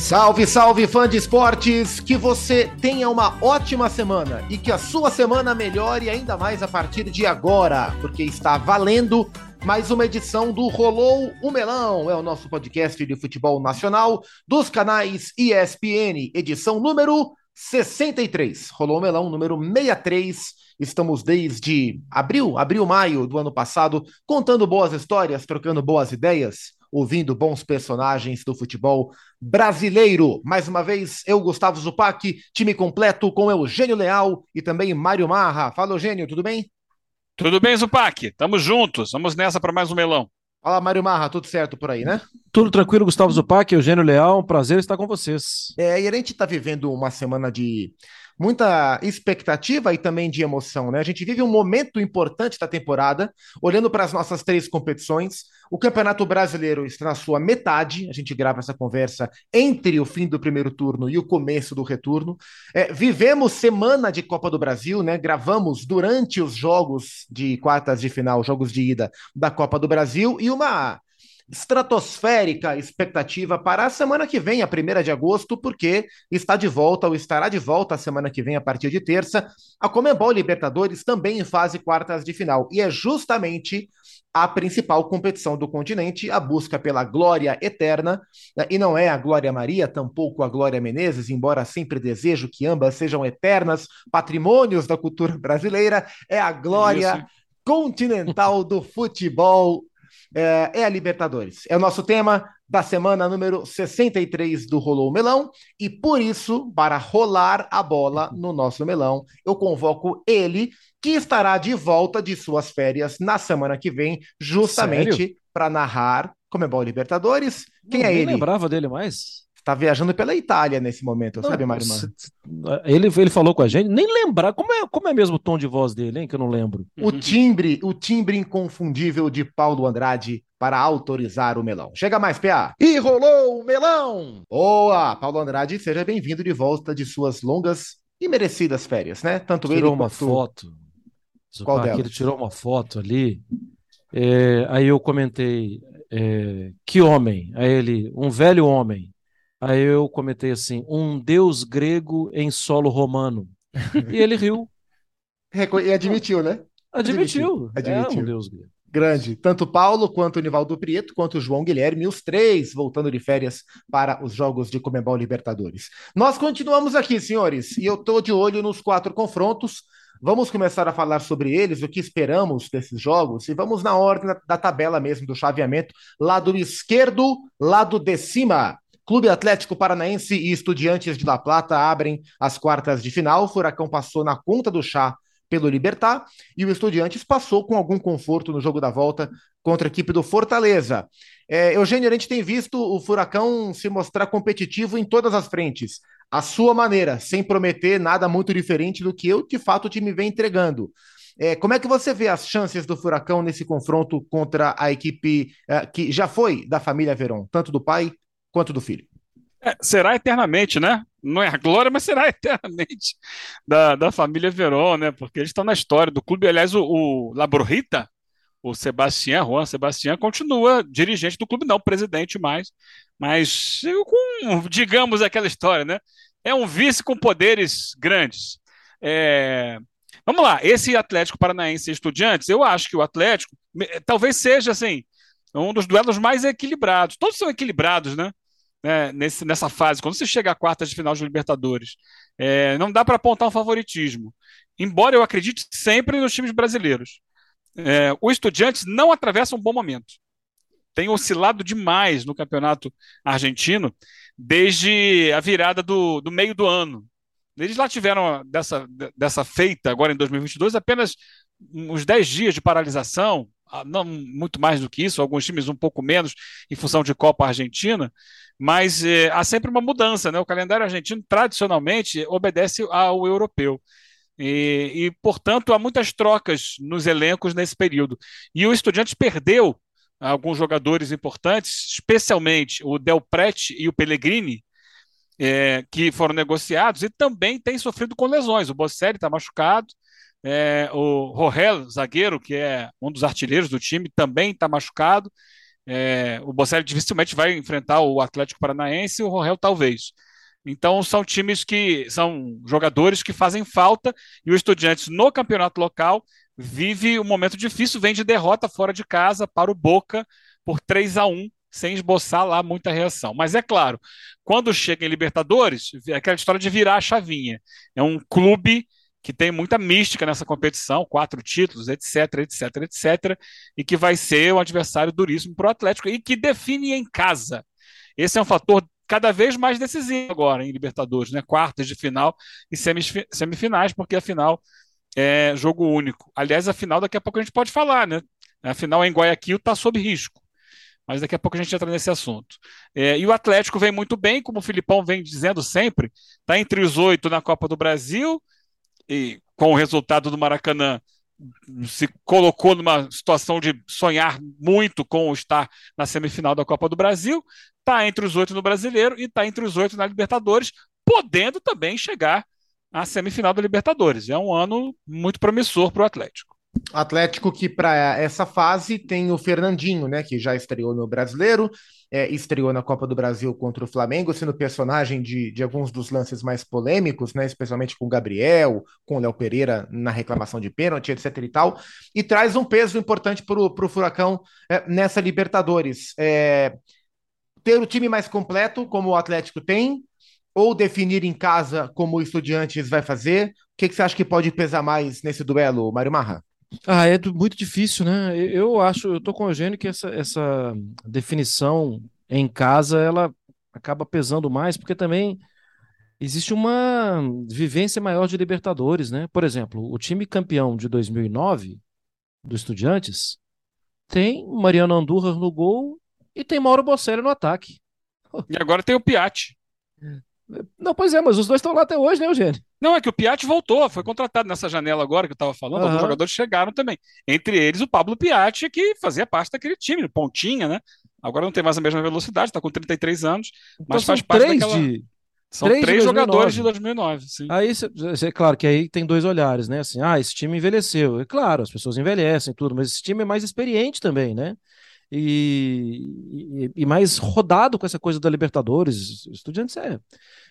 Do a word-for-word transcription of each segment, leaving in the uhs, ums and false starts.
Salve, salve, fã de esportes! Que você tenha uma ótima semana e que a sua semana melhore ainda mais a partir de agora, porque está valendo mais uma edição do Rolou o Melão, é o nosso podcast de futebol nacional dos canais E S P N, edição número sessenta e três. Rolou o Melão, número sessenta e três. Estamos desde abril, abril, maio do ano passado, contando boas histórias, trocando boas ideias, ouvindo bons personagens do futebol brasileiro. Mais uma vez, eu, Gustavo Zupac, time completo com Eugênio Leal e também Mário Marra. Fala, Eugênio, tudo bem? Tudo bem, Zupac? Tamo juntos, vamos nessa para mais um melão. Fala, Mário Marra, tudo certo por aí, né? Tudo tranquilo, Gustavo Zupac, Eugênio Leal, um prazer estar com vocês. É, e a gente está vivendo uma semana de muita expectativa e também de emoção, né? A gente vive um momento importante da temporada, olhando para as nossas três competições. O Campeonato Brasileiro está na sua metade, a gente grava essa conversa entre o fim do primeiro turno e o começo do retorno. É, vivemos semana de Copa do Brasil, né? Gravamos durante os jogos de quartas de final, jogos de ida da Copa do Brasil, e uma estratosférica expectativa para a semana que vem, a primeira de agosto, porque está de volta ou estará de volta a semana que vem, a partir de terça, a Conmebol Libertadores também em fase quartas de final. E é justamente a principal competição do continente, a busca pela glória eterna, né? E não é a Glória Maria, tampouco a Glória Menezes, embora sempre desejo que ambas sejam eternas, patrimônios da cultura brasileira, é a glória Isso. continental do futebol. É, é a Libertadores. É o nosso tema da semana número sessenta e três do Rolou Melão, e por isso, para rolar a bola no nosso melão, eu convoco ele, que estará de volta de suas férias na semana que vem, justamente para narrar Conmebol Libertadores. Quem Não, é nem ele? lembrava dele mais. Está viajando pela Itália nesse momento, Não, sabe, Mário se- Marra? ele, ele falou com a gente, nem lembrar, como é, como é mesmo o tom de voz dele, hein, que eu não lembro. O timbre, o timbre inconfundível de Paulo Andrade para autorizar o melão. Chega mais, P A. E rolou o melão! Boa! Paulo Andrade, seja bem-vindo de volta de suas longas e merecidas férias, né? Tanto ele Tirou uma quanto... foto, Qual Zupac, ele delas? tirou uma foto ali, é, aí eu comentei, é, que homem? Aí ele, um velho homem. Aí eu comentei assim, um deus grego em solo romano. E ele riu. Reco- E admitiu, né? Admitiu. Admitiu, é um Admitiu. deus grego. Grande. Tanto Paulo, quanto o Nivaldo Prieto, quanto o João Guilherme, os três voltando de férias para os jogos de Conmebol Libertadores. Nós continuamos aqui, senhores, e eu estou de olho nos quatro confrontos. Vamos começar a falar sobre eles, o que esperamos desses jogos, e vamos na ordem da, da tabela mesmo, do chaveamento, lado esquerdo, lado de cima. Clube Atlético Paranaense e Estudiantes de La Plata abrem as quartas de final. O Furacão passou na conta do chá pelo Libertad, e o Estudiantes passou com algum conforto no jogo da volta contra a equipe do Fortaleza. É, Eugênio, a gente tem visto o Furacão se mostrar competitivo em todas as frentes, à sua maneira, sem prometer nada muito diferente do que eu, de fato, o time vem entregando. É, como é que você vê as chances do Furacão nesse confronto contra a equipe é, que já foi da família Veron, tanto do pai quanto do filho? É, será eternamente, né? Não é a glória, mas será eternamente da, da família Verón, né? Porque eles estão na história do clube. Aliás, o, o Labrorrita, o Sebastián, Juan Sebastián, continua dirigente do clube, não presidente mais, mas com, digamos, aquela história, né? É um vice com poderes grandes. É, vamos lá, esse Atlético Paranaense e Estudiantes, eu acho que o Atlético me- talvez seja, assim, um dos duelos mais equilibrados. Todos são equilibrados, né? Né, nesse, nessa fase, quando você chega à quarta de final de Libertadores, é, não dá para apontar um favoritismo. Embora eu acredite sempre nos times brasileiros. É, o Estudiantes não atravessa um bom momento. Tem oscilado demais no campeonato argentino desde a virada do, do meio do ano. Eles lá tiveram dessa, dessa feita, agora em dois mil e vinte e dois, apenas uns dez dias de paralisação, ah, não muito mais do que isso, alguns times um pouco menos em função de Copa Argentina, mas eh, há sempre uma mudança, né? O calendário argentino tradicionalmente obedece ao europeu. E, e, portanto, há muitas trocas nos elencos nesse período. E o Estudiantes perdeu alguns jogadores importantes, especialmente o Del Prete e o Pellegrini, é, que foram negociados, e também tem sofrido com lesões. O Bocelli está machucado, é, o Rogel, zagueiro, que é um dos artilheiros do time, também está machucado. É, o Bocelli dificilmente vai enfrentar o Atlético Paranaense e o Royal talvez. Então são times que são jogadores que fazem falta e o Estudiantes no campeonato local vive um momento difícil, vem de derrota fora de casa para o Boca por três a um, sem esboçar lá muita reação. Mas é claro, quando chega em Libertadores, é aquela história de virar a chavinha. É um clube que tem muita mística nessa competição, quatro títulos, etc, etc, etc, e que vai ser um adversário duríssimo para o Atlético e que define em casa. Esse é um fator cada vez mais decisivo agora em Libertadores, né? Quartas de final e semifinais, porque a final é jogo único. Aliás, a final daqui a pouco a gente pode falar, né? A final em Guayaquil está sob risco, mas daqui a pouco a gente entra nesse assunto. É, e o Atlético vem muito bem, como o Filipão vem dizendo sempre, está entre os oito na Copa do Brasil, e com o resultado do Maracanã se colocou numa situação de sonhar muito com o estar na semifinal da Copa do Brasil, está entre os oito no Brasileiro e está entre os oito na Libertadores, podendo também chegar à semifinal da Libertadores. É um ano muito promissor para o Atlético. Atlético que para essa fase tem o Fernandinho, né, que já estreou no Brasileiro, é, estreou na Copa do Brasil contra o Flamengo, sendo personagem de, de alguns dos lances mais polêmicos, né, especialmente com o Gabriel, com o Léo Pereira na reclamação de pênalti, etc e tal, e traz um peso importante para o Furacão é, nessa Libertadores. É, ter o time mais completo, como o Atlético tem, ou definir em casa como o Estudiantes vai fazer? O que, que você acha que pode pesar mais nesse duelo, Mário Marra? Ah, é du- muito difícil, né? Eu eu acho, eu tô com o Eugênio que essa, essa definição em casa, ela acaba pesando mais, porque também existe uma vivência maior de Libertadores, né? Por exemplo, o time campeão de dois mil e nove, do Estudiantes, tem Mariano Andújar no gol e tem Mauro Bocelli no ataque. E agora tem o Piatti. Não, pois é, mas os dois estão lá até hoje, né, Eugênio? Não, é que o Piatti voltou, foi contratado nessa janela agora que eu estava falando, alguns Aham. jogadores chegaram também. Entre eles o Pablo Piatti, que fazia parte daquele time, pontinha, né? Agora não tem mais a mesma velocidade, está com trinta e três anos, Então mas são faz parte três daquela. de São três de três jogadores de dois mil e nove. dois mil e nove, sim. Aí, cê- cê- é claro que aí tem dois olhares, né? Assim, ah, esse time envelheceu. É claro, as pessoas envelhecem e tudo, mas esse time é mais experiente também, né? E, e, e mais rodado com essa coisa da Libertadores. Estudiantes é,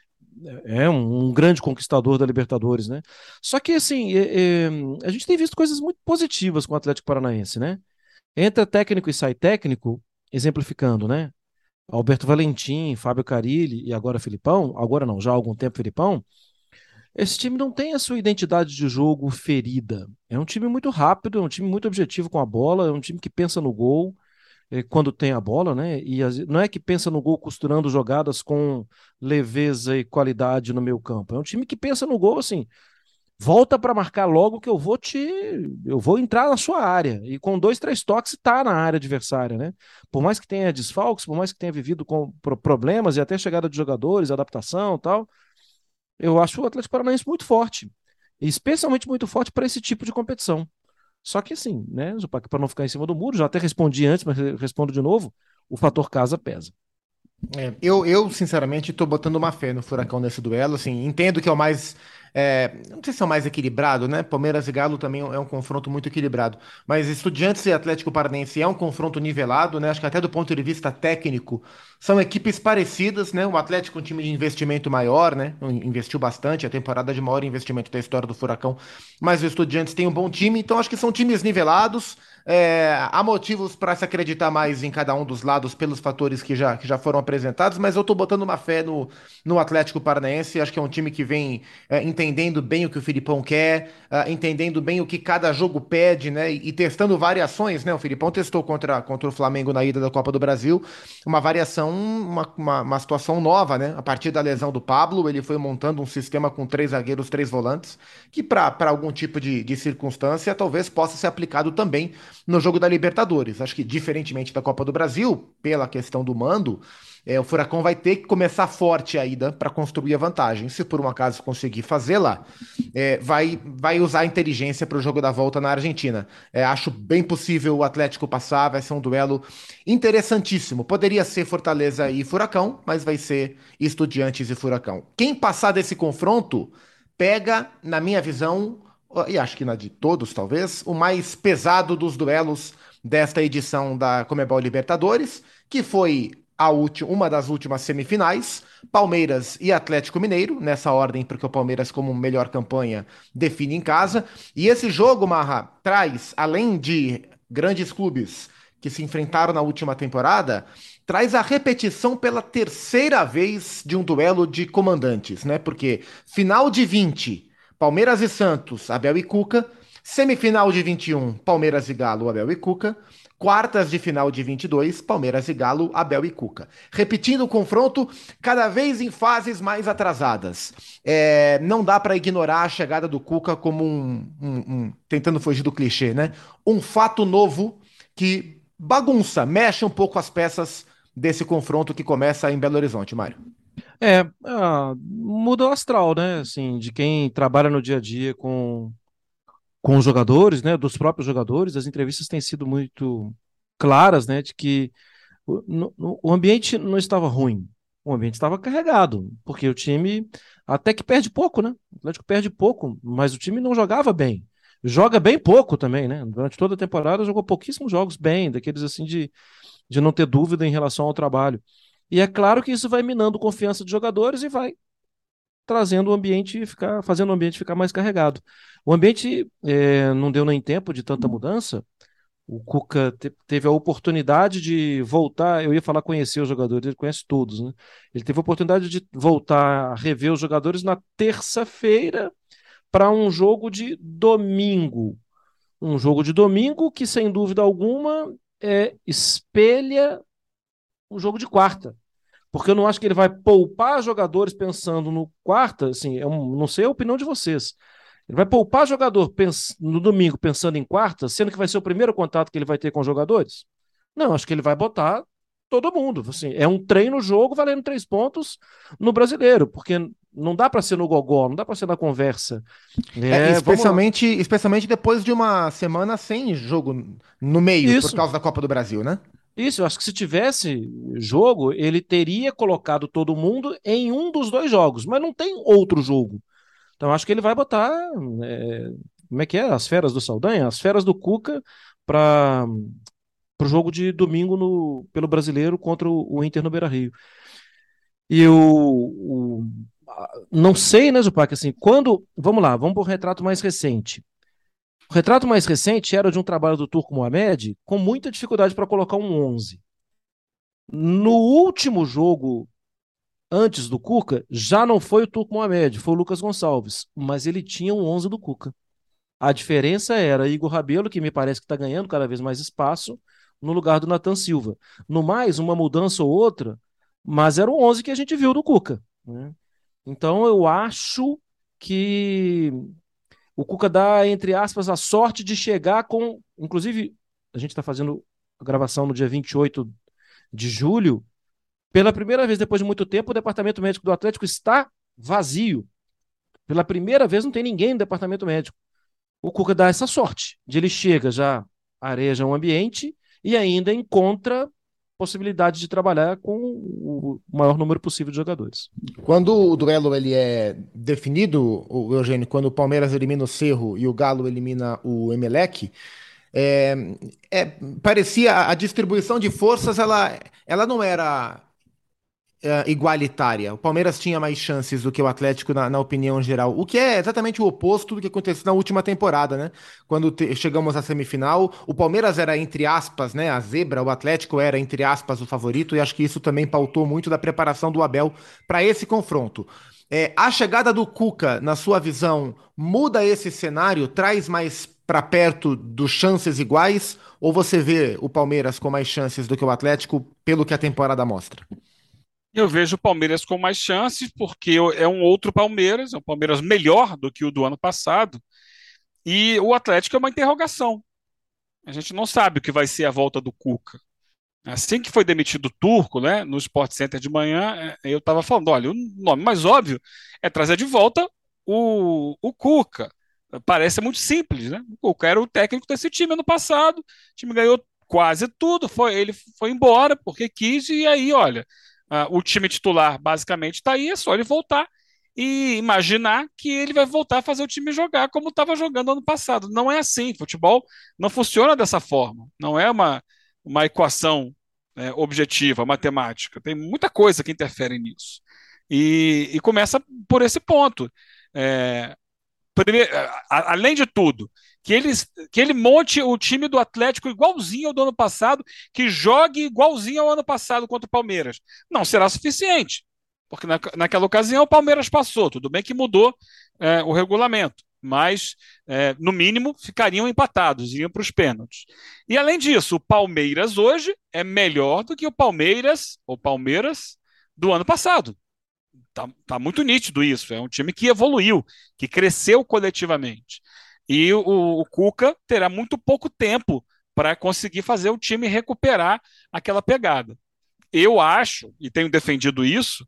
é um, um grande conquistador da Libertadores, né? Só que, assim, é- é, a gente tem visto coisas muito positivas com o Atlético Paranaense, né? Entra técnico e sai técnico, exemplificando, né? Alberto Valentim, Fábio Carilli e agora Filipão, agora não, já há algum tempo Filipão, esse time não tem a sua identidade de jogo ferida. É um time muito rápido, é um time muito objetivo com a bola, é um time que pensa no gol eh, quando tem a bola, né? E as- não é que pensa no gol costurando jogadas com leveza e qualidade no meio campo. É um time que pensa no gol assim, volta para marcar logo que eu vou te, eu vou entrar na sua área. E com dois, três toques está na área adversária, né? Por mais que tenha desfalques, por mais que tenha vivido com pro- problemas e até chegada de jogadores, adaptação, e tal, eu acho o Atlético Paranaense muito forte, e especialmente muito forte para esse tipo de competição. Só que assim, né, para não ficar em cima do muro, já até respondi antes, mas respondo de novo, o fator casa pesa. É, eu, eu, sinceramente, tô botando uma fé no Furacão nesse duelo, assim, entendo que é o mais, é, não sei se é o mais equilibrado, né, Palmeiras e Galo também é um confronto muito equilibrado, mas Estudiantes e Atlético Paranaense é um confronto nivelado, né, acho que até do ponto de vista técnico, são equipes parecidas, né, o Atlético é um time de investimento maior, né, investiu bastante, a temporada de maior investimento da história do Furacão, mas o Estudiantes tem um bom time, então acho que são times nivelados, é, há motivos para se acreditar mais em cada um dos lados pelos fatores que já, que já foram apresentados, mas eu tô botando uma fé no, no Atlético Paranaense. Acho que é um time que vem é, entendendo bem o que o Filipão quer, ah, entendendo bem o que cada jogo pede, né? E, e testando variações, né? O Filipão testou contra, contra o Flamengo na ida da Copa do Brasil, uma variação, uma, uma, uma situação nova, né? A partir da lesão do Pablo, ele foi montando um sistema com três zagueiros, três volantes, que para algum tipo de, de circunstância talvez possa ser aplicado também no jogo da Libertadores. Acho que, diferentemente da Copa do Brasil, pela questão do mando, é, o Furacão vai ter que começar forte a ida para construir a vantagem. Se por um acaso conseguir fazê-la, é, vai, vai usar a inteligência para o jogo da volta na Argentina. É, acho bem possível o Atlético passar, vai ser um duelo interessantíssimo. Poderia ser Fortaleza e Furacão, mas vai ser Estudiantes e Furacão. Quem passar desse confronto pega, na minha visão, e acho que na de todos, talvez, o mais pesado dos duelos desta edição da Conmebol Libertadores, que foi a última, uma das últimas semifinais, Palmeiras e Atlético Mineiro, nessa ordem, porque o Palmeiras, como melhor campanha, define em casa. E esse jogo, Marra, traz, além de grandes clubes que se enfrentaram na última temporada, traz a repetição pela terceira vez de um duelo de comandantes, né? Porque final de vinte Palmeiras e Santos, Abel e Cuca. Semifinal de vinte e um, Palmeiras e Galo, Abel e Cuca. Quartas de final de vinte e dois, Palmeiras e Galo, Abel e Cuca. Repetindo o confronto, cada vez em fases mais atrasadas. É, não dá para ignorar a chegada do Cuca como um, um, um, tentando fugir do clichê, né? Um fato novo que bagunça, mexe um pouco as peças desse confronto que começa em Belo Horizonte, Mário. É, ah, muda o astral, né? Assim, de quem trabalha no dia a dia com, com os jogadores, né? Dos próprios jogadores, as entrevistas têm sido muito claras, né? De que o, no- no- o ambiente não estava ruim, o ambiente estava carregado, porque o time até que perde pouco, né? O Atlético perde pouco, mas o time não jogava bem. Joga bem pouco também, né? Durante toda a temporada jogou pouquíssimos jogos bem, daqueles assim de, de não ter dúvida em relação ao trabalho. E é claro que isso vai minando confiança de jogadores e vai trazendo o ambiente ficar, fazendo o ambiente ficar mais carregado. O ambiente eh, não deu nem tempo de tanta mudança. O Cuca te- teve a oportunidade de voltar. Eu ia falar conhecer os jogadores, ele conhece todos, né? Ele teve a oportunidade de voltar a rever os jogadores na terça-feira para um jogo de domingo. Um jogo de domingo que, sem dúvida alguma, é, espelha um jogo de quarta. Porque eu não acho que ele vai poupar jogadores pensando no quarta, assim, é um- não sei a opinião de vocês. Ele vai poupar jogador pens- no domingo pensando em quarta, sendo que vai ser o primeiro contato que ele vai ter com os jogadores? Não, acho que ele vai botar todo mundo. Assim, é um treino-jogo valendo três pontos no brasileiro, porque não dá para ser no gogó, não dá para ser na conversa. É, É, vamos lá. especialmente, especialmente depois de uma semana sem jogo no meio, por Isso, causa da Copa do Brasil, né? isso. Eu acho que se tivesse jogo, ele teria colocado todo mundo em um dos dois jogos, mas não tem outro jogo. Então acho que ele vai botar, é, como é que é? As feras do Saldanha? As feras do Cuca para o jogo de domingo no, pelo Brasileiro contra o, o Inter no Beira-Rio. E o, o- a- não sei, né, Zupac, assim, quando, vamos lá, vamos para o retrato mais recente. O retrato mais recente era de um trabalho do Turco Mohamed com muita dificuldade para colocar um onze. No último jogo antes do Cuca, já não foi o Turco Mohamed, foi o Lucas Gonçalves, mas ele tinha um onze do Cuca. A diferença era Igor Rabelo, que me parece que está ganhando cada vez mais espaço, no lugar do Nathan Silva. No mais, uma mudança ou outra, mas era o onze que a gente viu do Cuca, né? Então eu acho que o Cuca dá, entre aspas, a sorte de chegar com. Inclusive, a gente está fazendo a gravação no dia vinte e oito de julho. Pela primeira vez depois de muito tempo, o departamento médico do Atlético está vazio. Pela primeira vez não tem ninguém no departamento médico. O Cuca dá essa sorte de ele chega já, areja um ambiente e ainda encontra possibilidade de trabalhar com o maior número possível de jogadores. Quando o duelo ele é definido, o Eugênio, quando o Palmeiras elimina o Cerro e o Galo elimina o Emelec, é, é, parecia a distribuição de forças, ela, ela não era é, igualitária. O Palmeiras tinha mais chances do que o Atlético, na, na opinião geral. O que é exatamente o oposto do que aconteceu na última temporada, né? Quando te- chegamos à semifinal, o Palmeiras era, entre aspas, né, a zebra, o Atlético era, entre aspas, o favorito, e acho que isso também pautou muito da preparação do Abel para esse confronto. É, a chegada do Cuca, na sua visão, muda esse cenário, traz mais para perto dos chances iguais, ou você vê o Palmeiras com mais chances do que o Atlético, pelo que a temporada mostra? Eu vejo o Palmeiras com mais chances, porque é um outro Palmeiras, é um Palmeiras melhor do que o do ano passado, e o Atlético é uma interrogação. A gente não sabe o que vai ser a volta do Cuca. Assim que foi demitido o Turco, né, no Sport Center de manhã, eh, eu estava falando, olha, o nome mais óbvio é trazer de volta o, o Cuca. Parece muito simples, né? O Cuca era o técnico desse time ano passado, o time ganhou quase tudo, foi, ele foi embora porque quis, e aí, olha, ah, o time titular basicamente está aí, é só ele voltar. e imaginar que ele vai voltar a fazer o time jogar como estava jogando ano passado. Não é assim. Futebol não funciona dessa forma. Não é uma, uma equação, né, objetiva, matemática. Tem muita coisa que interfere nisso. E, e começa por esse ponto. É, primeiro, a, além de tudo, que ele, que ele monte o time do Atlético igualzinho ao do ano passado, que jogue igualzinho ao ano passado contra o Palmeiras. Não será suficiente, porque na, naquela ocasião o Palmeiras passou, tudo bem que mudou é, o regulamento, mas é, no mínimo ficariam empatados, iam para os pênaltis. E além disso, o Palmeiras hoje é melhor do que o Palmeiras, ou Palmeiras, do ano passado. Tá, tá muito nítido isso. É um time que evoluiu, que cresceu coletivamente. E o, o Cuca terá muito pouco tempo para conseguir fazer o time recuperar aquela pegada. Eu acho, e tenho defendido isso,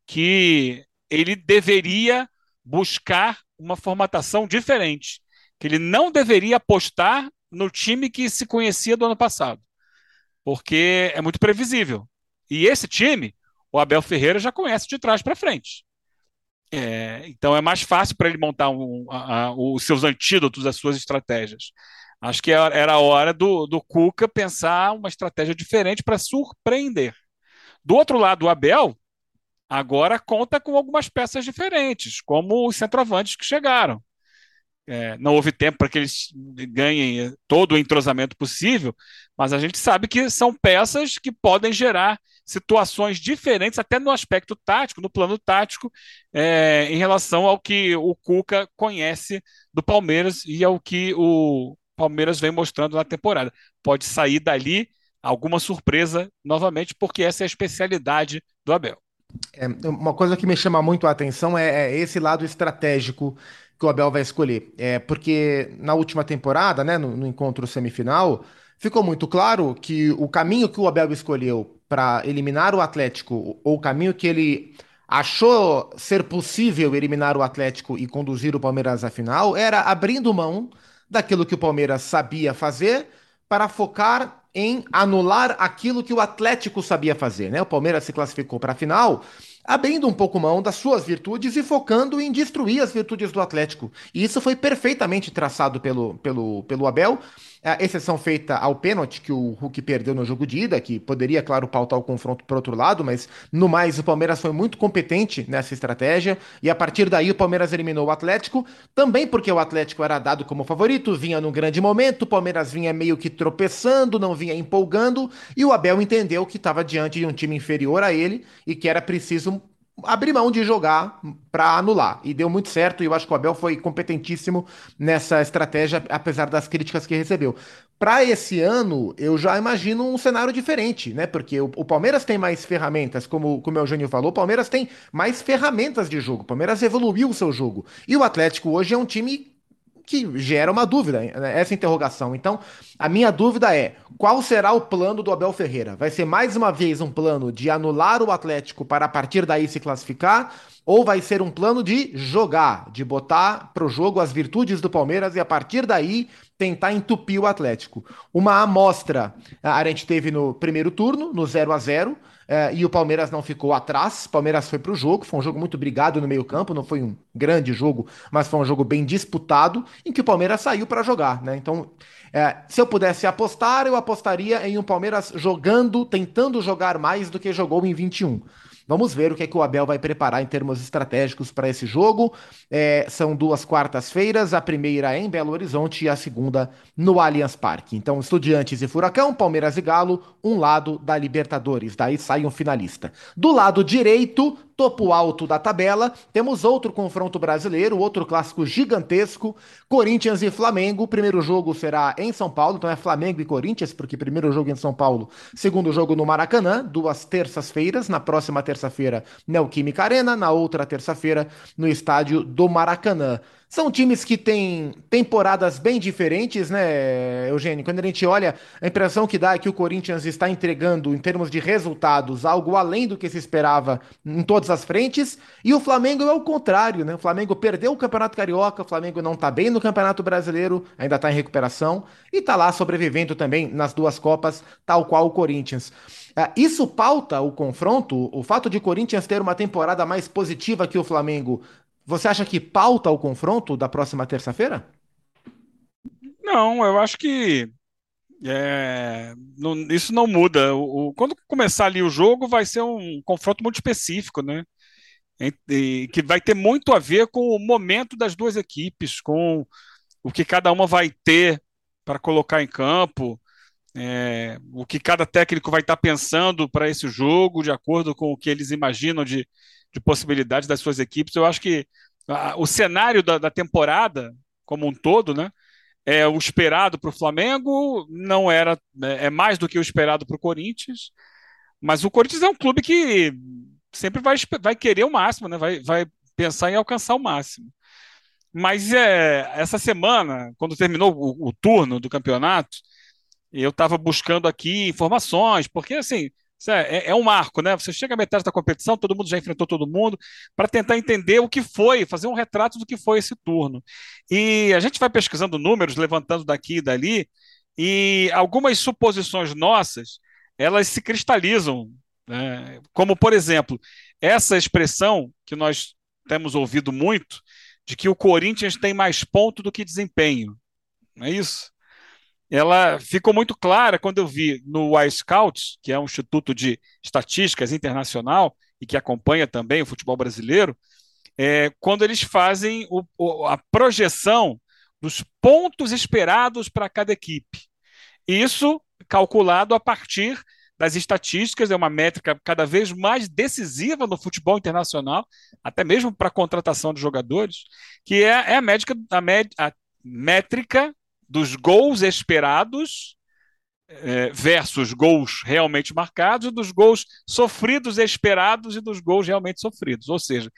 que ele deveria buscar uma formatação diferente, que ele não deveria apostar no time que se conhecia do ano passado, porque é muito previsível. E esse time, o Abel Ferreira já conhece de trás para frente. É, então é mais fácil para ele montar um, a, a, os seus antídotos, as suas estratégias. Acho que era a hora do, do Cuca pensar uma estratégia diferente para surpreender. Do outro lado, o Abel agora conta com algumas peças diferentes, como os centroavantes que chegaram. É, não houve tempo para que eles ganhem todo o entrosamento possível, mas a gente sabe que são peças que podem gerar situações diferentes, até no aspecto tático, no plano tático, é, em relação ao que o Cuca conhece do Palmeiras e ao que o Palmeiras vem mostrando na temporada. Pode sair dali alguma surpresa novamente, porque essa é a especialidade do Abel. É, uma coisa que me chama muito a atenção é, é esse lado estratégico que o Abel vai escolher. É, porque na última temporada, né, no, no encontro semifinal, ficou muito claro que o caminho que o Abel escolheu para eliminar o Atlético, ou o caminho que ele achou ser possível eliminar o Atlético e conduzir o Palmeiras à final, era abrindo mão daquilo que o Palmeiras sabia fazer para focar em anular aquilo que o Atlético sabia fazer, né? O Palmeiras se classificou para a final, abrindo um pouco mão das suas virtudes e focando em destruir as virtudes do Atlético. E isso foi perfeitamente traçado pelo, pelo, pelo Abel. A exceção feita ao pênalti que o Hulk perdeu no jogo de ida, que poderia, claro, pautar o confronto para outro lado, mas no mais o Palmeiras foi muito competente nessa estratégia e a partir daí o Palmeiras eliminou o Atlético, também porque o Atlético era dado como favorito, vinha num grande momento, o Palmeiras vinha meio que tropeçando, não vinha empolgando e o Abel entendeu que estava diante de um time inferior a ele e que era preciso abrir mão de jogar para anular. E deu muito certo, e eu acho que o Abel foi competentíssimo nessa estratégia, apesar das críticas que recebeu. Para esse ano, eu já imagino um cenário diferente, né? Porque o, o Palmeiras tem mais ferramentas, como, como o Eugênio falou, o Palmeiras tem mais ferramentas de jogo. O Palmeiras evoluiu o seu jogo. E o Atlético hoje é um time que gera uma dúvida, né? Essa interrogação. Então, a minha dúvida é: qual será o plano do Abel Ferreira? Vai ser mais uma vez um plano de anular o Atlético para a partir daí se classificar? Ou vai ser um plano de jogar, de botar pro jogo as virtudes do Palmeiras e a partir daí tentar entupir o Atlético? Uma amostra a gente teve no primeiro turno, no zero a zero. É, e o Palmeiras não ficou atrás, o Palmeiras foi pro jogo, foi um jogo muito brigado no meio-campo, não foi um grande jogo, mas foi um jogo bem disputado, em que o Palmeiras saiu para jogar, né? Então, é, se eu pudesse apostar, eu apostaria em um Palmeiras jogando, tentando jogar mais do que jogou em vinte e um. Vamos ver o que é que o Abel vai preparar em termos estratégicos para esse jogo. É, são duas quartas-feiras, a primeira em Belo Horizonte e a segunda no Allianz Parque. Então, Estudiantes e Furacão, Palmeiras e Galo, um lado da Libertadores. Daí sai um finalista. Do lado direito, topo alto da tabela, temos outro confronto brasileiro, outro clássico gigantesco, Corinthians e Flamengo. O primeiro jogo será em São Paulo, então é Flamengo e Corinthians, porque primeiro jogo em São Paulo, segundo jogo no Maracanã, duas terças-feiras, na próxima terça-feira, Neoquímica Arena, na outra terça-feira, no estádio do Maracanã. São times que têm temporadas bem diferentes, né, Eugênio? Quando a gente olha, a impressão que dá é que o Corinthians está entregando, em termos de resultados, algo além do que se esperava em todas as frentes, e o Flamengo é o contrário, né? O Flamengo perdeu o Campeonato Carioca, o Flamengo não está bem no Campeonato Brasileiro, ainda está em recuperação, e está lá sobrevivendo também nas duas Copas, tal qual o Corinthians. Ah, Isso pauta o confronto, o fato de o Corinthians ter uma temporada mais positiva que o Flamengo. Você acha que pauta o confronto da próxima terça-feira? Não, eu acho que é, não- isso não muda. O, o- quando começar ali o jogo, vai ser um confronto muito específico, né? Em- e que vai ter muito a ver com o momento das duas equipes, com o que cada uma vai ter para colocar em campo, é, o que cada técnico vai estar pensando para esse jogo, de acordo com o que eles imaginam de, de possibilidades das suas equipes. Eu acho que ah, o cenário da, da temporada, como um todo, né? É o esperado para o Flamengo, não era, é é mais do que o esperado para o Corinthians, mas o Corinthians é um clube que sempre vai, vai querer o máximo, né? Vai, vai pensar em alcançar o máximo. Mas é, essa semana, quando terminou o, o turno do campeonato, eu estava buscando aqui informações, porque assim, isso é, é- é um marco, né? Você chega à metade da competição, todo mundo já enfrentou todo mundo, para tentar entender o que foi, fazer um retrato do que foi esse turno. E a gente vai pesquisando números, levantando daqui e dali, e algumas suposições nossas, elas se cristalizam, né? Como, por exemplo, essa expressão que nós temos ouvido muito, de que o Corinthians tem mais ponto do que desempenho, não é isso? Ela ficou muito clara quando eu vi no iScouts, que é um instituto de estatísticas internacional e que acompanha também o futebol brasileiro, é, quando eles fazem o, o, a projeção dos pontos esperados para cada equipe. Isso calculado a partir das estatísticas, é uma métrica cada vez mais decisiva no futebol internacional, até mesmo para a contratação de jogadores, que é, é a, médica, a, med, a métrica dos gols esperados é, versus gols realmente marcados, e dos gols sofridos esperados e dos gols realmente sofridos. Ou seja,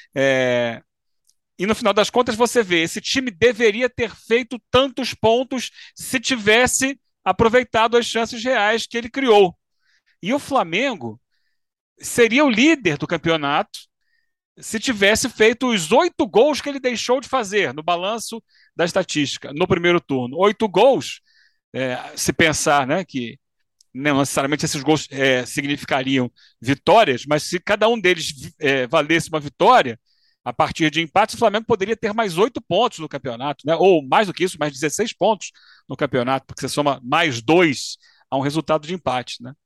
é, e no final das contas você vê, esse time deveria ter feito tantos pontos se tivesse aproveitado as chances reais que ele criou. E o Flamengo seria o líder do campeonato se tivesse feito os oito gols que ele deixou de fazer no balanço da estatística no primeiro turno. Oito gols, é, se pensar, né, que não necessariamente esses gols é, significariam vitórias, mas se cada um deles é, valesse uma vitória, a partir de empates, o Flamengo poderia ter mais oito pontos no campeonato, né? Ou mais do que isso, mais dezesseis pontos no campeonato, porque você soma mais dois a um resultado de empate, né?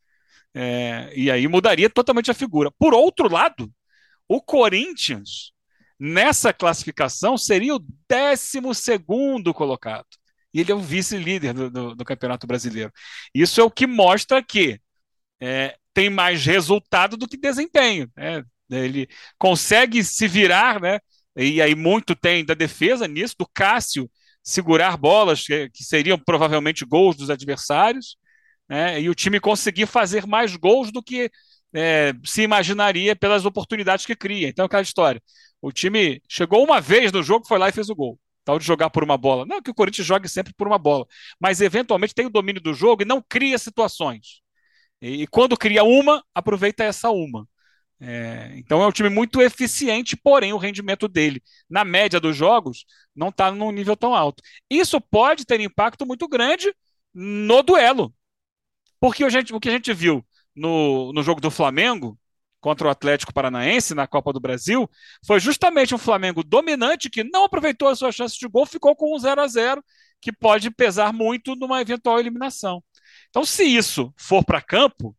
É, e aí mudaria totalmente a figura. Por outro lado, o Corinthians, nessa classificação, seria o décimo segundo colocado. E ele é o vice-líder do, do, do Campeonato Brasileiro. Isso é o que mostra que é, tem mais resultado do que desempenho. Né? Ele consegue se virar, né? E aí muito tem da defesa nisso, do Cássio segurar bolas que, que seriam provavelmente gols dos adversários, né? E o time conseguir fazer mais gols do que é, se imaginaria pelas oportunidades que cria. Então, aquela história. O time chegou uma vez no jogo, foi lá e fez o gol. Tal de jogar por uma bola. Não que o Corinthians jogue sempre por uma bola, mas eventualmente tem o domínio do jogo e não cria situações. E, e quando cria uma, aproveita essa uma. É, então é um time muito eficiente, porém o rendimento dele, na média dos jogos, não está num nível tão alto. Isso pode ter impacto muito grande no duelo. Porque a gente, o que a gente viu no, no jogo do Flamengo contra o Atlético Paranaense na Copa do Brasil foi justamente um Flamengo dominante que não aproveitou as suas chances de gol, ficou com um zero a zero que pode pesar muito numa eventual eliminação. Então, se isso for para campo,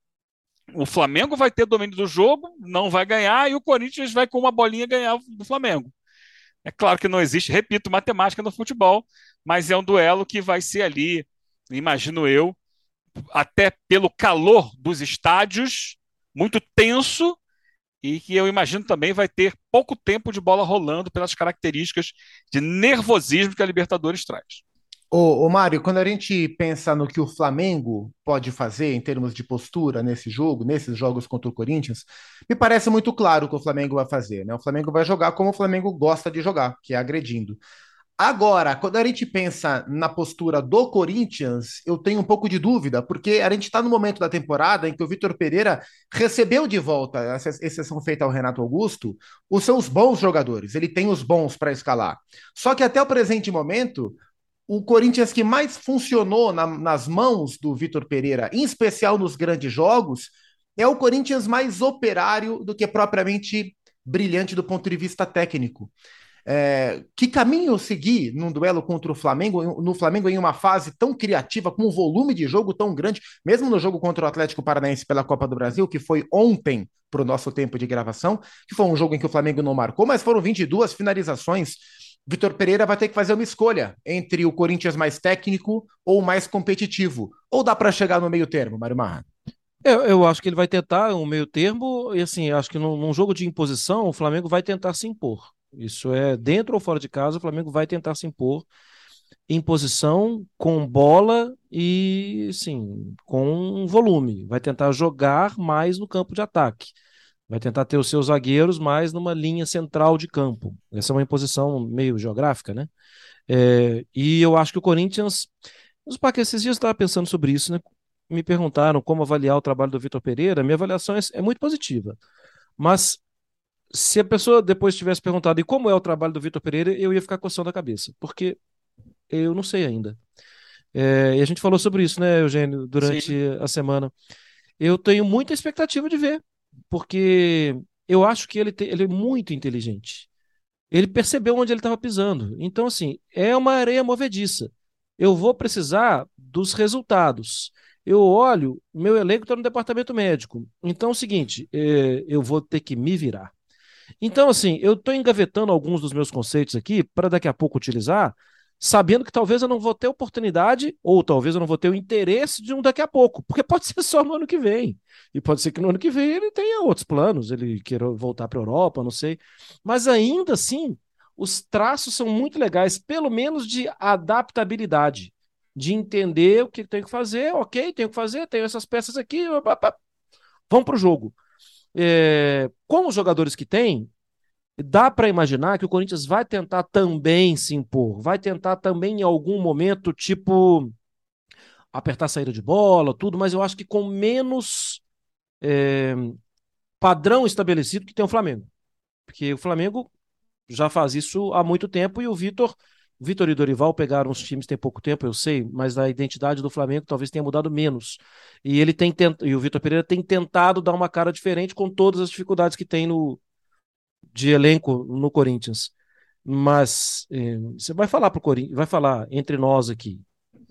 o Flamengo vai ter domínio do jogo, não vai ganhar, e o Corinthians vai com uma bolinha ganhar do Flamengo. É claro que não existe, repito, matemática no futebol, mas é um duelo que vai ser ali, imagino eu, até pelo calor dos estádios, muito tenso, e que eu imagino também vai ter pouco tempo de bola rolando pelas características de nervosismo que a Libertadores traz. Ô, ô Mário, quando a gente pensa no que o Flamengo pode fazer em termos de postura nesse jogo, nesses jogos contra o Corinthians, me parece muito claro o que o Flamengo vai fazer, né? O Flamengo vai jogar como o Flamengo gosta de jogar, que é agredindo. Agora, quando a gente pensa na postura do Corinthians, eu tenho um pouco de dúvida, porque a gente está no momento da temporada em que o Vitor Pereira recebeu de volta, essa exceção feita ao Renato Augusto, os seus bons jogadores. Ele tem os bons para escalar. Só que até o presente momento, o Corinthians que mais funcionou na, nas mãos do Vitor Pereira, em especial nos grandes jogos, é o Corinthians mais operário do que propriamente brilhante do ponto de vista técnico. É, que caminho seguir num duelo contra o Flamengo, no Flamengo em uma fase tão criativa, com um volume de jogo tão grande, mesmo no jogo contra o Atlético Paranaense pela Copa do Brasil, que foi ontem para o nosso tempo de gravação, que foi um jogo em que o Flamengo não marcou, mas foram vinte e duas finalizações. Vitor Pereira vai ter que fazer uma escolha entre o Corinthians mais técnico ou mais competitivo. Ou dá para chegar no meio termo, Mário Marra? Eu, eu acho que ele vai tentar um meio termo, e assim, acho que num, num jogo de imposição, o Flamengo vai tentar se impor. Isso é, dentro ou fora de casa, o Flamengo vai tentar se impor em posição, com bola e, sim, com volume. Vai tentar jogar mais no campo de ataque. Vai tentar ter os seus zagueiros mais numa linha central de campo. Essa é uma imposição meio geográfica, né? É, e eu acho que o Corinthians. Os Paca, esses dias eu estava pensando sobre isso, né? Me perguntaram como avaliar o trabalho do Vitor Pereira. Minha avaliação é, é muito positiva. Mas se a pessoa depois tivesse perguntado e como é o trabalho do Vitor Pereira, eu ia ficar coçando a cabeça, porque eu não sei ainda. É, e a gente falou sobre isso, né, Eugênio, durante Sim. a semana. Eu tenho muita expectativa de ver, porque eu acho que ele, te, ele é muito inteligente. Ele percebeu onde ele estava pisando. Então, assim, é uma areia movediça. Eu vou precisar dos resultados. Eu olho, meu elenco está no departamento médico. Então é o seguinte, é, eu vou ter que me virar. Então, assim, eu estou engavetando alguns dos meus conceitos aqui para daqui a pouco utilizar, sabendo que talvez eu não vou ter oportunidade, ou talvez eu não vou ter o interesse de um daqui a pouco, porque pode ser só no ano que vem. E pode ser que no ano que vem ele tenha outros planos, ele queira voltar para a Europa, não sei. Mas ainda assim, os traços são muito legais, pelo menos de adaptabilidade, de entender o que tem que fazer, ok, tenho que fazer, tenho essas peças aqui, vamos para o jogo. É, com os jogadores que tem, dá para imaginar que o Corinthians vai tentar também se impor, vai tentar também em algum momento, tipo, apertar a saída de bola, tudo, mas eu acho que com menos é, padrão estabelecido que tem o Flamengo. Porque o Flamengo já faz isso há muito tempo e o Vitor. Vitor e Dorival pegaram os times tem pouco tempo, eu sei, mas a identidade do Flamengo talvez tenha mudado menos. E ele tem tent... e o Vitor Pereira tem tentado dar uma cara diferente com todas as dificuldades que tem no de elenco no Corinthians. Mas eh, você vai falar pro Corinthians, vai falar entre nós aqui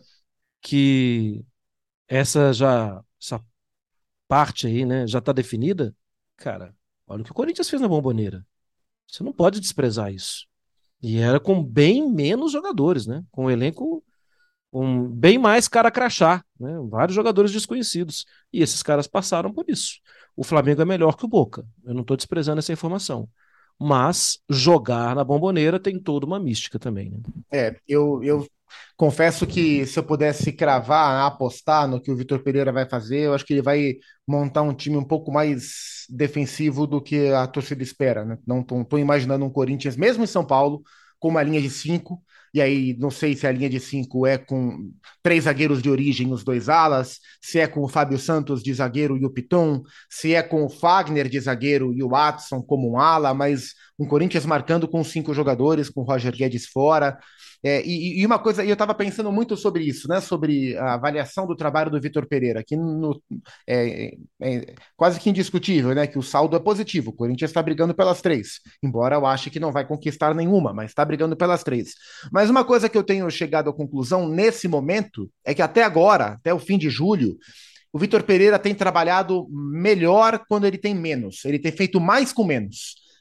que essa já essa parte aí, né, já está definida, cara. Olha o que o Corinthians fez na Bomboneira. Você não pode desprezar isso. E era com bem menos jogadores, né? Com um elenco um bem mais cara crachá, né? Vários jogadores desconhecidos. E esses caras passaram por isso. O Flamengo é melhor que o Boca. Eu não estou desprezando essa informação. Mas jogar na Bomboneira tem toda uma mística também, né? É, eu, eu confesso que se eu pudesse cravar, apostar no que o Vitor Pereira vai fazer, eu acho que ele vai montar um time um pouco mais defensivo do que a torcida espera, né? Não estou imaginando um Corinthians, mesmo em São Paulo, com uma linha de cinco, e aí não sei se a linha de cinco é com três zagueiros de origem, os dois alas, se é com o Fábio Santos de zagueiro e o Piton, se é com o Fagner de zagueiro e o Watson como um ala, mas um Corinthians marcando com cinco jogadores, com o Roger Guedes fora. É, e, e, uma coisa, e eu estava pensando muito sobre isso, né? Sobre a avaliação do trabalho do Vitor Pereira, que no, é, é, é, quase que indiscutível, né? Que o saldo é positivo. O Corinthians está brigando pelas três, embora eu ache que não vai conquistar nenhuma, mas está brigando pelas três. Mas uma coisa que eu tenho chegado à conclusão nesse momento é que até agora, até o fim de julho, o Vitor Pereira tem trabalhado melhor quando ele tem menos, ele tem feito mais com menos.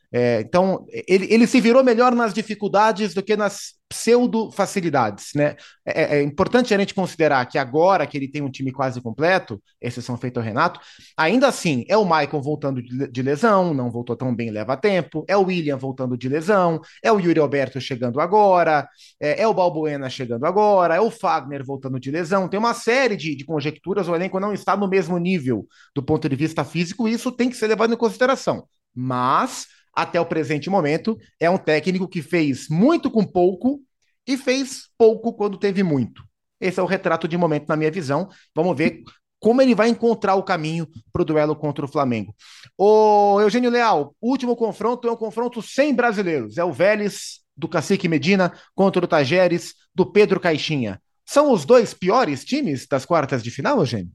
É, então, ele, ele se virou melhor nas dificuldades do que nas pseudo-facilidades, né? É, é importante a gente considerar que agora que ele tem um time quase completo, exceção feita ao Renato, ainda assim, é o Maicon voltando de, de lesão, não voltou tão bem, leva tempo, é o William voltando de lesão, é o Yuri Alberto chegando agora, é, é o Balbuena chegando agora, é o Fagner voltando de lesão, tem uma série de, de conjecturas, o elenco não está no mesmo nível do ponto de vista físico, e isso tem que ser levado em consideração. Mas até o presente momento, é um técnico que fez muito com pouco e fez pouco quando teve muito. Esse é o retrato de momento na minha visão. Vamos ver como ele vai encontrar o caminho para o duelo contra o Flamengo. O Eugênio Leal, o último confronto é um confronto sem brasileiros. É o Vélez do Cacique Medina contra o Tajeres do Pedro Caixinha. São os dois piores times das quartas de final, Eugênio?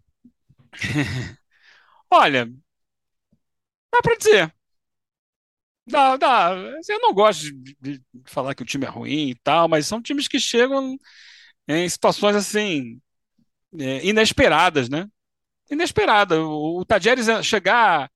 Olha, dá para dizer. Dá, dá. Eu não gosto de, de falar que o time é ruim e tal, mas são times que chegam em situações assim, é, inesperadas, né? Inesperada. O, o Tajeres chegar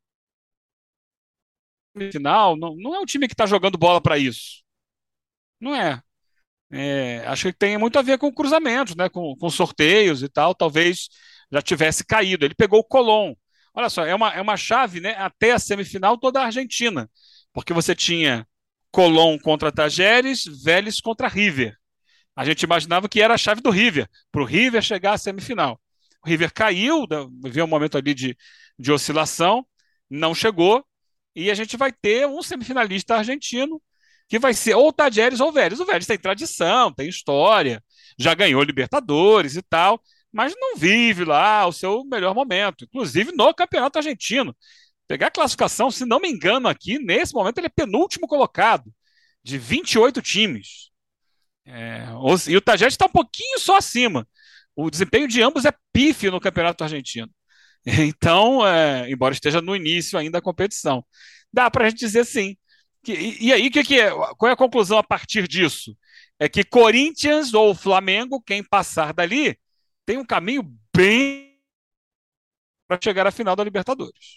no final não, não é um time que está jogando bola para isso. Não é. É, acho que tem muito a ver com cruzamentos, né? Com, com sorteios e tal. Talvez já tivesse caído. Ele pegou o Colón. Olha só, é uma, é uma chave, né? Até a semifinal toda a Argentina. Porque você tinha Colón contra Tajeres, Vélez contra River. A gente imaginava que era a chave do River, para o River chegar à semifinal. O River caiu, viu um momento ali de, de oscilação, não chegou, e a gente vai ter um semifinalista argentino, que vai ser ou o Tajeres ou o Vélez. O Vélez tem tradição, tem história, já ganhou Libertadores e tal, mas não vive lá o seu melhor momento, inclusive no Campeonato Argentino. Pegar a classificação, se não me engano aqui, nesse momento ele é penúltimo colocado, de vinte e oito times. É, e o Tajeres está um pouquinho só acima. O desempenho de ambos é pífio no Campeonato Argentino. Então, é, embora esteja no início ainda da competição, dá para a gente dizer sim. Que, e, e aí, que que é, qual é a conclusão a partir disso? É que Corinthians ou Flamengo, quem passar dali, tem um caminho bem para chegar à final da Libertadores.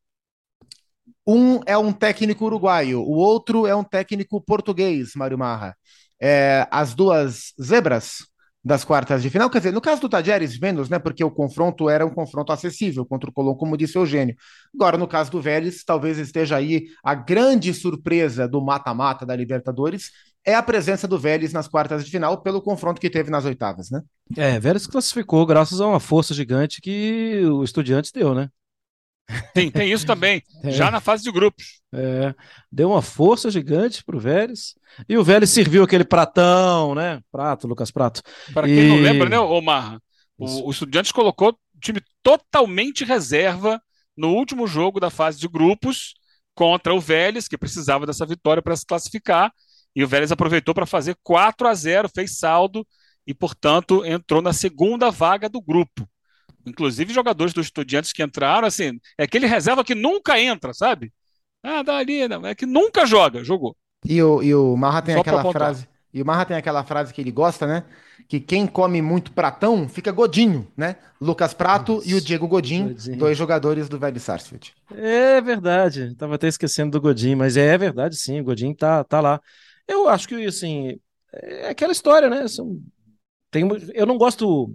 Um é um técnico uruguaio, o outro é um técnico português, Mário Marra. É, as duas zebras das quartas de final, quer dizer, no caso do Tajeres, menos, né? Porque o confronto era um confronto acessível contra o Colón, como disse o Eugênio. Agora, no caso do Vélez, talvez esteja aí a grande surpresa do mata-mata da Libertadores, é a presença do Vélez nas quartas de final pelo confronto que teve nas oitavas, né? É, Vélez classificou graças a uma força gigante que o Estudiantes deu, né? Tem, tem isso também, é. Já na fase de grupos. É, deu uma força gigante pro Vélez. E o Vélez serviu aquele pratão, né? Prato, Lucas Prato. Para e... quem não lembra, né, Omar? O, o Estudiantes colocou o time totalmente reserva no último jogo da fase de grupos contra o Vélez, que precisava dessa vitória para se classificar. E o Vélez aproveitou para fazer quatro a zero, fez saldo e, portanto, entrou na segunda vaga do grupo. Inclusive, jogadores do Estudiantes que entraram, assim, é aquele reserva que nunca entra, sabe? Ah, dali, não, é que nunca joga, jogou. E o, e o Marra tem Só aquela frase, e o Marra tem aquela frase que ele gosta, né? Que quem come muito pratão fica Godinho, né? Lucas Prato Isso. E o Diego Godin, Godinho. Dois jogadores do Vélez Sarsfield. É verdade, tava até esquecendo do Godin, mas é verdade sim, o Godin tá, tá lá. Eu acho que, assim, é aquela história, né? São, tem, eu não gosto...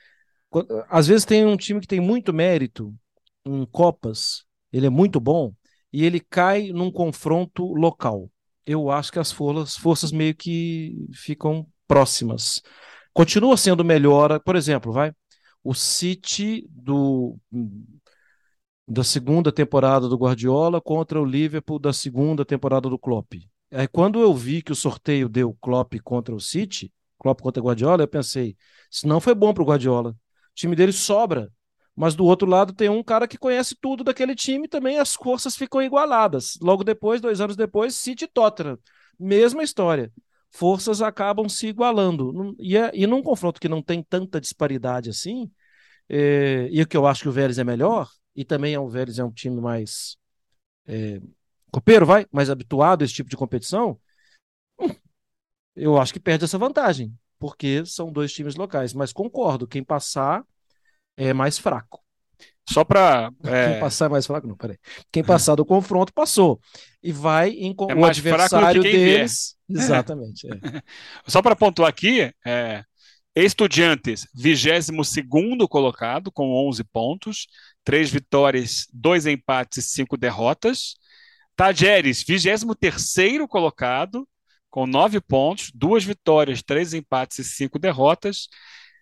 Às vezes tem um time que tem muito mérito em Copas, ele é muito bom, e ele cai num confronto local. Eu acho que as forças, forças meio que ficam próximas. Continua sendo melhor, por exemplo, vai, o City do, da segunda temporada do Guardiola contra o Liverpool da segunda temporada do Klopp. Aí quando eu vi que o sorteio deu Klopp contra o City, Klopp contra o Guardiola, eu pensei, isso não foi bom para o Guardiola. O time dele sobra, mas do outro lado tem um cara que conhece tudo daquele time também, as forças ficam igualadas. Logo depois, dois anos depois, City e Tottenham, mesma história. Forças acabam se igualando. E, é, e num confronto que não tem tanta disparidade assim, é, e o que eu acho que o Vélez é melhor, e também é, o Vélez é um time mais é, copeiro, vai, mais habituado a esse tipo de competição, hum, eu acho que perde essa vantagem, porque são dois times locais. Mas concordo, quem passar é mais fraco. Só para... É... Quem passar é mais fraco, não, peraí. Quem passar do confronto, passou. E vai em é o adversário deles. Vier. Exatamente. É. Só para pontuar aqui, é... Estudiantes, vigésimo segundo colocado, com onze pontos, três vitórias, dois empates e cinco derrotas. Tajeres, vigésimo terceiro colocado, com nove pontos, duas vitórias, três empates e cinco derrotas.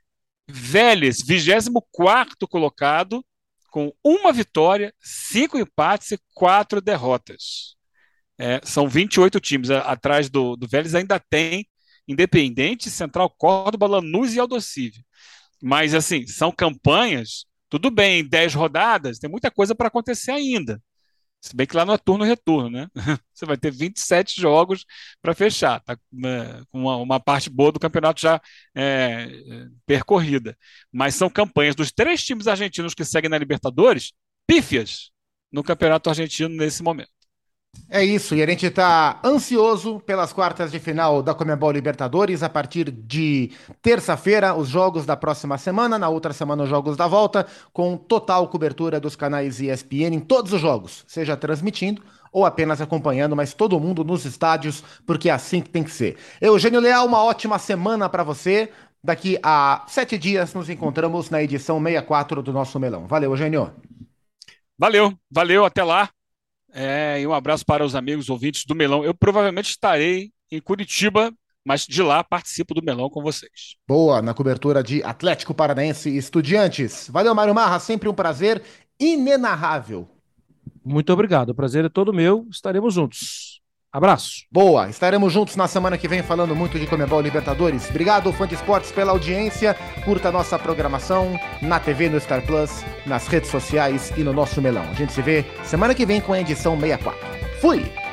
Vélez, vigésimo quarto colocado, com uma vitória, cinco empates e quatro derrotas. É, são vinte e oito times. A, atrás do, do Vélez ainda tem Independente, Central Córdoba, Lanús e Aldosivi. Mas, assim, são campanhas, tudo bem, dez rodadas, tem muita coisa para acontecer ainda. Se bem que lá não é turno-retorno, né? Você vai ter vinte e sete jogos para fechar, tá? Uma, uma parte boa do campeonato já é, percorrida. Mas são campanhas dos três times argentinos que seguem na Libertadores, pífias no campeonato argentino nesse momento. É isso, e a gente está ansioso pelas quartas de final da Conmebol Libertadores a partir de terça-feira, os jogos da próxima semana, na outra semana os jogos da volta, com total cobertura dos canais E S P N em todos os jogos, seja transmitindo ou apenas acompanhando, mas todo mundo nos estádios, porque é assim que tem que ser. Eugênio Leal, uma ótima semana para você. Daqui a sete dias nos encontramos na edição sessenta e quatro do nosso Melão. Valeu, Eugênio. Valeu, valeu, até lá. É, e um abraço para os amigos ouvintes do Melão. Eu provavelmente estarei em Curitiba, mas de lá participo do Melão com vocês. Boa, na cobertura de Atlético Paranaense e Estudiantes. Valeu, Mário Marra, sempre um prazer inenarrável. Muito obrigado, o prazer é todo meu, estaremos juntos. Abraço. Boa, estaremos juntos na semana que vem falando muito de Conmebol Libertadores. Obrigado, fã de esportes, pela audiência. Curta a nossa programação na T V, no Star Plus, nas redes sociais e no nosso Melão. A gente se vê semana que vem com a edição sessenta e quatro. Fui!